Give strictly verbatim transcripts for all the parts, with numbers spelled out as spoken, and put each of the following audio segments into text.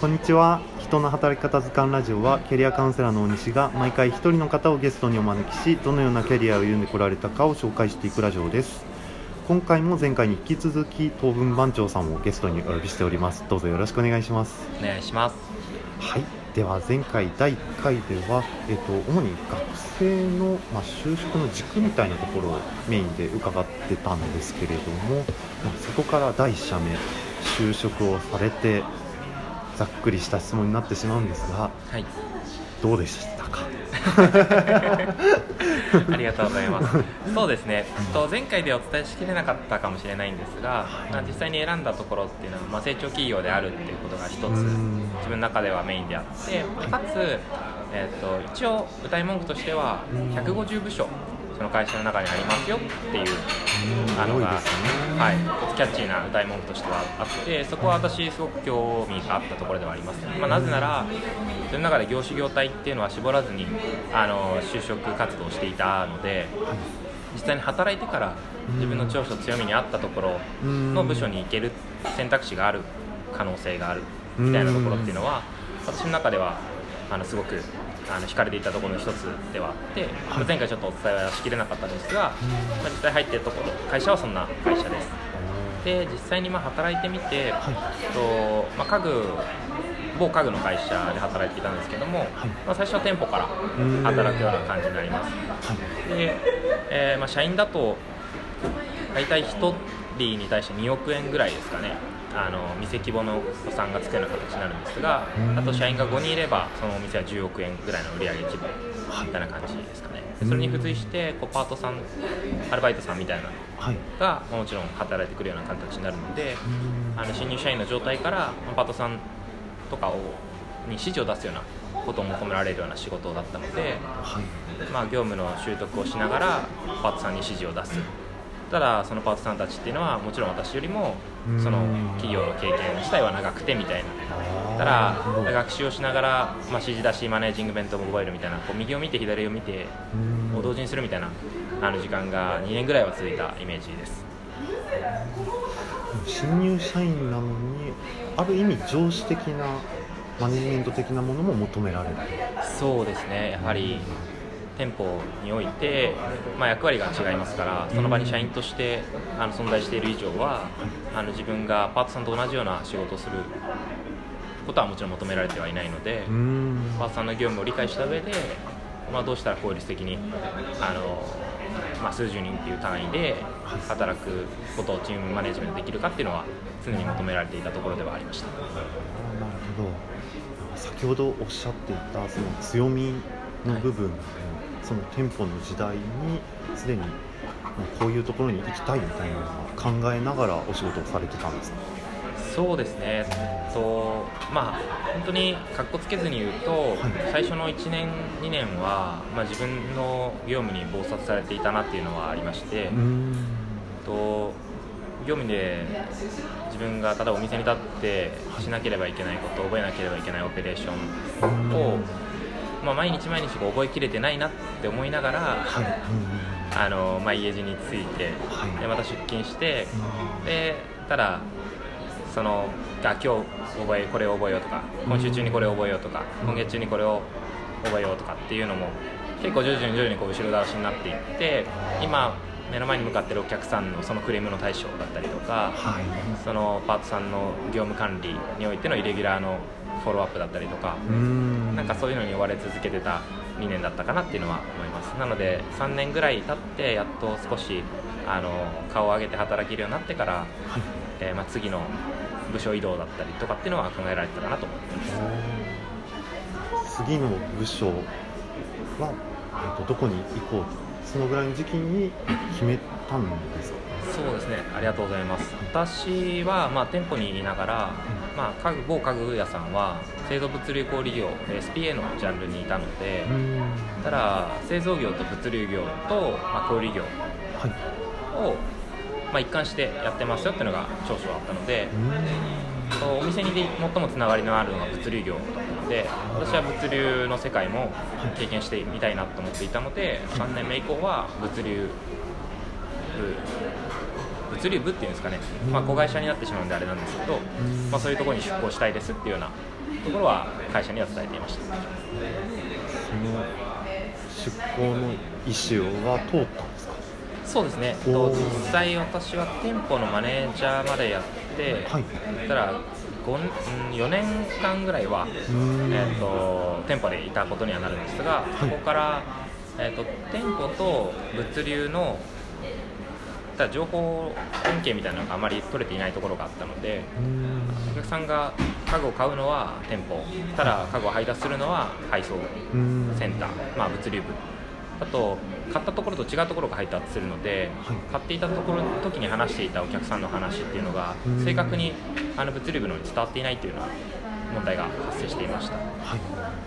こんにちは。人の働き方図鑑ラジオはキャリアカウンセラーの大西が毎回一人の方をゲストにお招きし、どのようなキャリアを歩んでこられたかを紹介していくラジオです。今回も前回に引き続き東文番長さんをゲストにお呼びしております。どうぞよろしくお願いします。 お願いします。 はい、では前回だいいっかいでは、えっと、主に学生の、まあ、就職の軸みたいなところをメインで伺ってたんですけれども、まあ、そこからだいいっ社目就職をされてざっくりした質問になってしまうんですが、 はい、 どうでしたか？ ありがとうございます。そうですね、と前回でお伝えしきれなかったかもしれないんですが、まあ、実際に選んだところっていうのは、まあ、成長企業であるっていうことが一つ自分の中ではメインであって、かつ、えー、と一応歌い文句としてはひゃくごじゅう部署その会社の中にありますよっていうあのが、はい、キャッチーな歌い文句としてはあって、そこは私すごく興味があったところではあります。まあ、なぜならその中で業種業態っていうのは絞らずにあの就職活動をしていたので、実際に働いてから自分の長所強みに合ったところの部署に行ける選択肢がある可能性があるみたいなところっていうのは、私の中ではあのすごくあの惹かれていたところの一つではあって、はい、前回ちょっとお伝えはしきれなかったんですが、まあ、実際入っているところ会社はそんな会社です。で実際にまあ働いてみて、はい、とまあ、家具某家具の会社で働いていたんですけども、はい、まあ、最初は店舗から働くような感じになります。はい、で、えーまあ、社員だと大体ひとりに対してにおくえんぐらいですかね、あの店規模の予算がつくような形になるんですが、あと社員がごにんいればそのお店はじゅうおくえんぐらいの売上規模みたいな感じですかね。でそれに付随してこうパートさんアルバイトさんみたいなのが、はい、もちろん働いてくるような形になるので、あの新入社員の状態からパートさんとかをに指示を出すようなことを求められるような仕事だったので、はい、まあ、業務の習得をしながらパートさんに指示を出す。ただそのパートさんたちっていうのはもちろん私よりもその企業の経験自体は長くてみたいな、ただ学習をしながら、まあ、指示出しマネージング弁当も覚えるみたいな、こう右を見て左を見てを同時にするみたいなあの時間がにねんぐらいは続いたイメージです。 新入社員なのにある意味上司的なマネジメント的なものも求められる。 そうですね、やはり店舗において、まあ、役割が違いますから、その場に社員としてあの存在している以上は、あの自分がパートさんと同じような仕事をすることはもちろん求められてはいないので、パートさんの業務を理解した上で、まあ、どうしたら効率的にあの、まあ、数十人っていう単位で働くことをチームマネジメントできるかっていうのは常に求められていたところではありました。 なるほど。先ほどおっしゃっていたその強みの部分、はい、その店舗の時代にすでにこういうところに行きたいみたいなのを考えながらお仕事をされてたんですか？ そうですね、とまあ本当にかっこつけずに言うと、はい、最初のいちねんにねんは、まあ、自分の業務に忙殺されていたなっていうのはありまして、うーんと業務で自分が例えばお店に立ってしなければいけないこと、覚えなければいけないオペレーションを、まあ、毎日毎日覚えきれてないなって思いながら、はい、あのまあ、家路に着いて、はい、でまた出勤して、でただそのあ今日覚えこれを覚えようとか、今週中にこれを覚えようとか、今月中にこれを覚えようとかっていうのも結構徐々に徐々にこう後ろ倒しになっていって、今目の前に向かっているお客さんのそのクレームの対処だったりとか、はい、そのパートさんの業務管理においてのイレギュラーのフォローアップだったりとか、うーんなんかそういうのに追われ続けてたにねんだったかなっていうのは思います。なのでさんねんぐらい経ってやっと少しあの顔を上げて働けるようになってから、はい、えーまあ、次の部署移動だったりとかっていうのは考えられてたかなと思ってます。次の部署は、えー、とどこに行こうとそのぐらいの時期に決めたんですか？ そうですね、ありがとうございます。私は、まあ、店舗にいながら、まあ、家具某家具屋さんは製造物流小売業 エスピーエー のジャンルにいたので、ただ製造業と物流業と、まあ、小売業を、はいまあ、一貫してやってますよっていうのが長所だったので、お店に最もつながりのあるのが物流業だったので、私は物流の世界も経験してみたいなと思っていたので、さんねんめ以降は物流物物流部っていうんですかね、まあ、子会社になってしまうんであれなんですけど、まあ、そういうところに出向したいですっていうようなところは会社には伝えていました。 その出向の意思は通ったんですか？ そうですね、と実際私は店舗のマネージャーまでやって、はい、たらよねんかんぐらいは、えー、と店舗でいたことにはなるんですが、はい、ここから、えー、と店舗と物流のただ情報連携みたいなのがあまり取れていないところがあったので、お客さんが家具を買うのは店舗、ただ家具を配達するのは配送センター、まあ、物流部、あと買ったところと違うところが配達するので、はい、買っていたところの時に話していたお客さんの話っていうのが正確にあの物流部のに伝わっていないというような問題が発生していました、はい、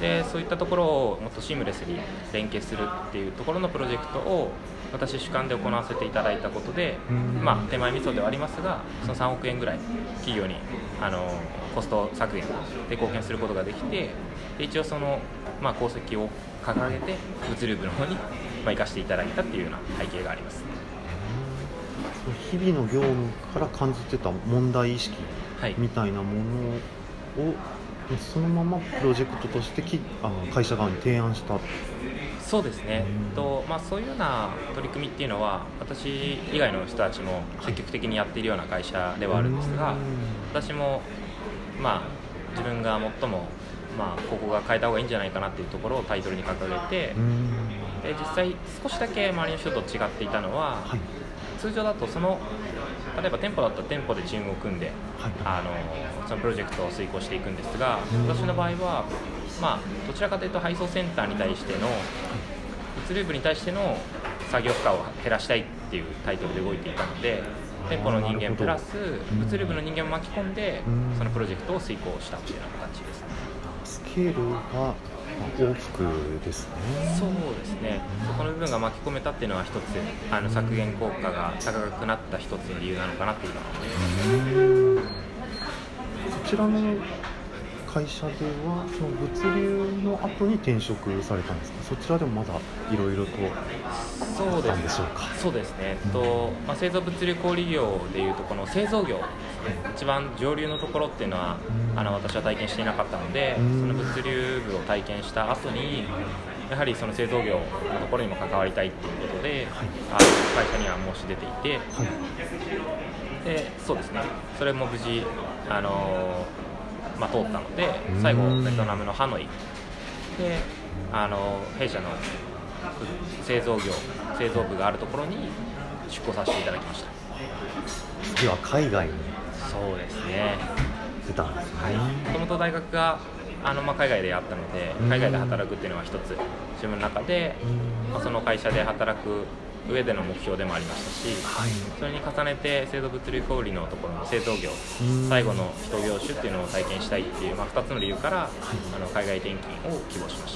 でそういったところをもっとシームレスに連携するっていうところのプロジェクトを私主観で行わせていただいたことで、まあ、手前味噌ではありますが、そのさんおくえんぐらい企業にあのコスト削減で貢献することができて、で一応その、まあ、功績を掲げて物流部の方に、まあ、生かしていただいたっていうような背景があります。 日々の業務から感じてた問題意識みたいなものを、はい、そのままプロジェクトとしてきあの会社側に提案した。 そうですね、とまあ、そういうような取り組みっていうのは私以外の人たちも積極的にやっているような会社ではあるんですが、私も、まあ、自分が最も、まあ、ここが変えた方がいいんじゃないかなっていうところをタイトルに掲げて、で実際少しだけ周りの人と違っていたのは、はい、通常だとその例えば店舗だったら店舗でチームを組んで、はい、あのそのプロジェクトを遂行していくんですが、私の場合は、まあ、どちらかというと配送センターに対しての物流部に対しての作業負荷を減らしたいっていうタイトルで動いていたので、店舗の人間プラス物流部の人間を巻き込んでそのプロジェクトを遂行したというような形ですね。 スケールが大きくですね。 そうですね、そこの部分が巻き込めたっていうのは一つあの削減効果が高くなった一つの理由なのかなっていうのは思います。 こちらの会社ではその物流の後に転職されたんですか？そちらでもまだいろいろとあったんでしょうか？ そうですね、うんとまあ、製造物流小売業でいうとこの製造業、一番上流のところっていうのは、うん、あの私は体験していなかったので、うん、その物流部を体験した後にやはりその製造業のところにも関わりたいっていうことで、はい、あの会社には申し出ていて、はい、でそうですね、それも無事あのまあ、通ったので、最後ベトナムのハノイであの弊社の製造業製造部があるところに出向させていただきました。 次は海外にそうですね出たんですね。 もともと大学があの、まあ、海外であったので、海外で働くっていうのは一つ自分の中で、まあ、その会社で働く上での目標でもありましたし、はい、それに重ねて製造物流小売のところの製造業最後の一業種っていうのを体験したいっていう、まあ、ふたつの理由から、はい、あの海外転勤を希望しました。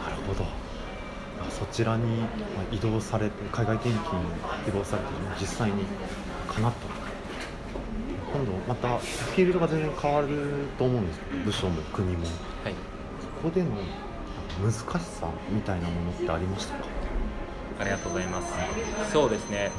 なるほど。そちらに移動されて海外転勤移動されて実際に叶った。今度またフィールドが全然変わると思うんですけど、部署も国も、はい、そこでの難しさみたいなものってありましたか？ ありがとうございます。そうですね、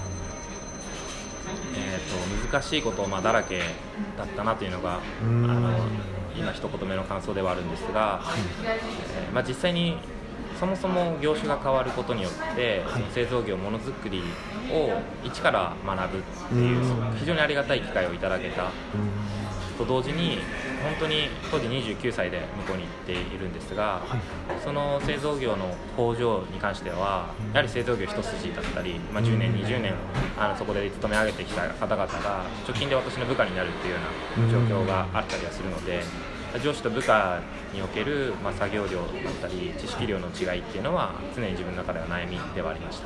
えー、と難しいことまあだらけだったなというのがあの今一言目の感想ではあるんですが、はい、えーまあ、実際にそもそも業種が変わることによって、はい、製造業ものづくりを一から学ぶっていう非常にありがたい機会をいただけたと同時に、本当に当時にじゅうきゅうさいで向こうに行っているんですが、はい、その製造業の工場に関してはやはり製造業一筋だったり、まあ、じゅうねんにじゅうねんあのそこで勤め上げてきた方々が直近で私の部下になるっていうような状況があったりはするので、上司と部下における、まあ、作業量だったり知識量の違いっていうのは常に自分の中では悩みではありました。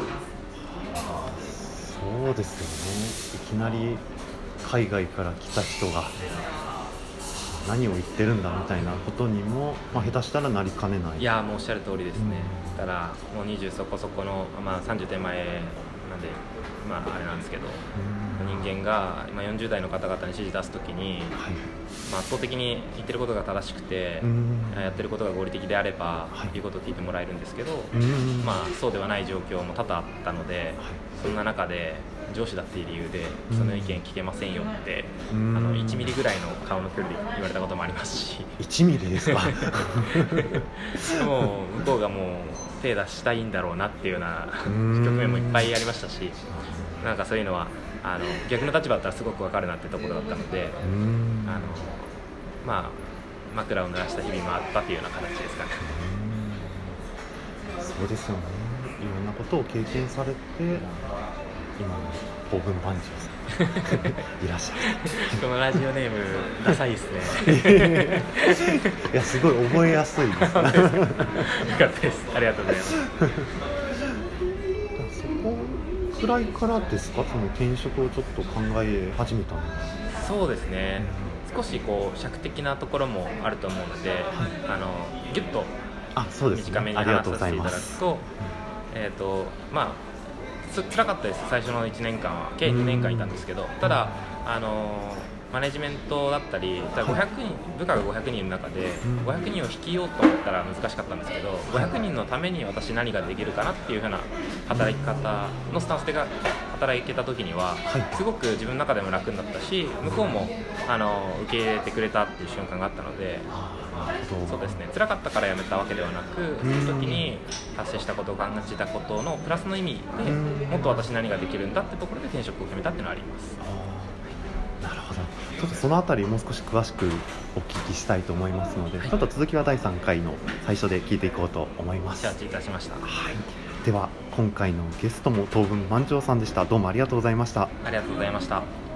そうですよね。いきなり海外から来た人が何を言ってるんだみたいなことにも、まあ、下手したらなりかねない。 いやもうおっしゃる通りですね、うん、だからもうにじゅうそこそこの、まあ、さんじゅう手前なんで、まあ、あれなんですけど、うん、人間が今よんじゅう代の方々に指示出すときに、はい、まあ、圧倒的に言ってることが正しくて、うん、やってることが合理的であれば、はい、いうことを聞いてもらえるんですけど、うん、まあ、そうではない状況も多々あったので、はい、そんな中で上司だっていう理由でその意見聞けませんよって、 うん、 あのいちミリぐらいの顔の距離で言われたこともありますしいちミリですかもう向こうがもう手出したいんだろうなっていうような局面もいっぱいありましたし、なんかそういうのはあの逆の立場だったらすごく分かるなってところだったので、あのまあ枕を濡らした日々もあったというような形ですかね。 そうですよね、いろんなことを経験されて今の東軍番長さんいらっしゃるこのラジオネームダサいですねいやすごい覚えやすいですよかったですありがとうございますそこくらいからですか、その転職をちょっと考え始めたの。 そうですね、うん、少しこう尺的なところもあると思うので、はい、あのギュッと短めに話させていただくと、えーとまあつ辛かったです、最初のいちねんかんは計にねんかんいたんですけど、ただあのマネジメントだったりごひゃくにん、部下がごひゃくにんの中でごひゃくにんを率いようと思ったら難しかったんですけど、ごひゃくにんのために私何ができるかなっていう風な働き方のスタンスで働けた時にはすごく自分の中でも楽になったし、向こうもあの受け入れてくれたっていう瞬間があったので、そうですね、辛かったから辞めたわけではなく、その時に達成したことを感じたことのプラスの意味でもっと私何ができるんだってところで転職を決めたっていうのはあります。 なるほど、ちょっとそのあたりもう少し詳しくお聞きしたいと思いますので、はい、ちょっと続きはだいさんかいの最初で聞いていこうと思います。 承知いたしました。 はい、では今回のゲストも東軍万丈さんでした。どうもありがとうございました。 ありがとうございました。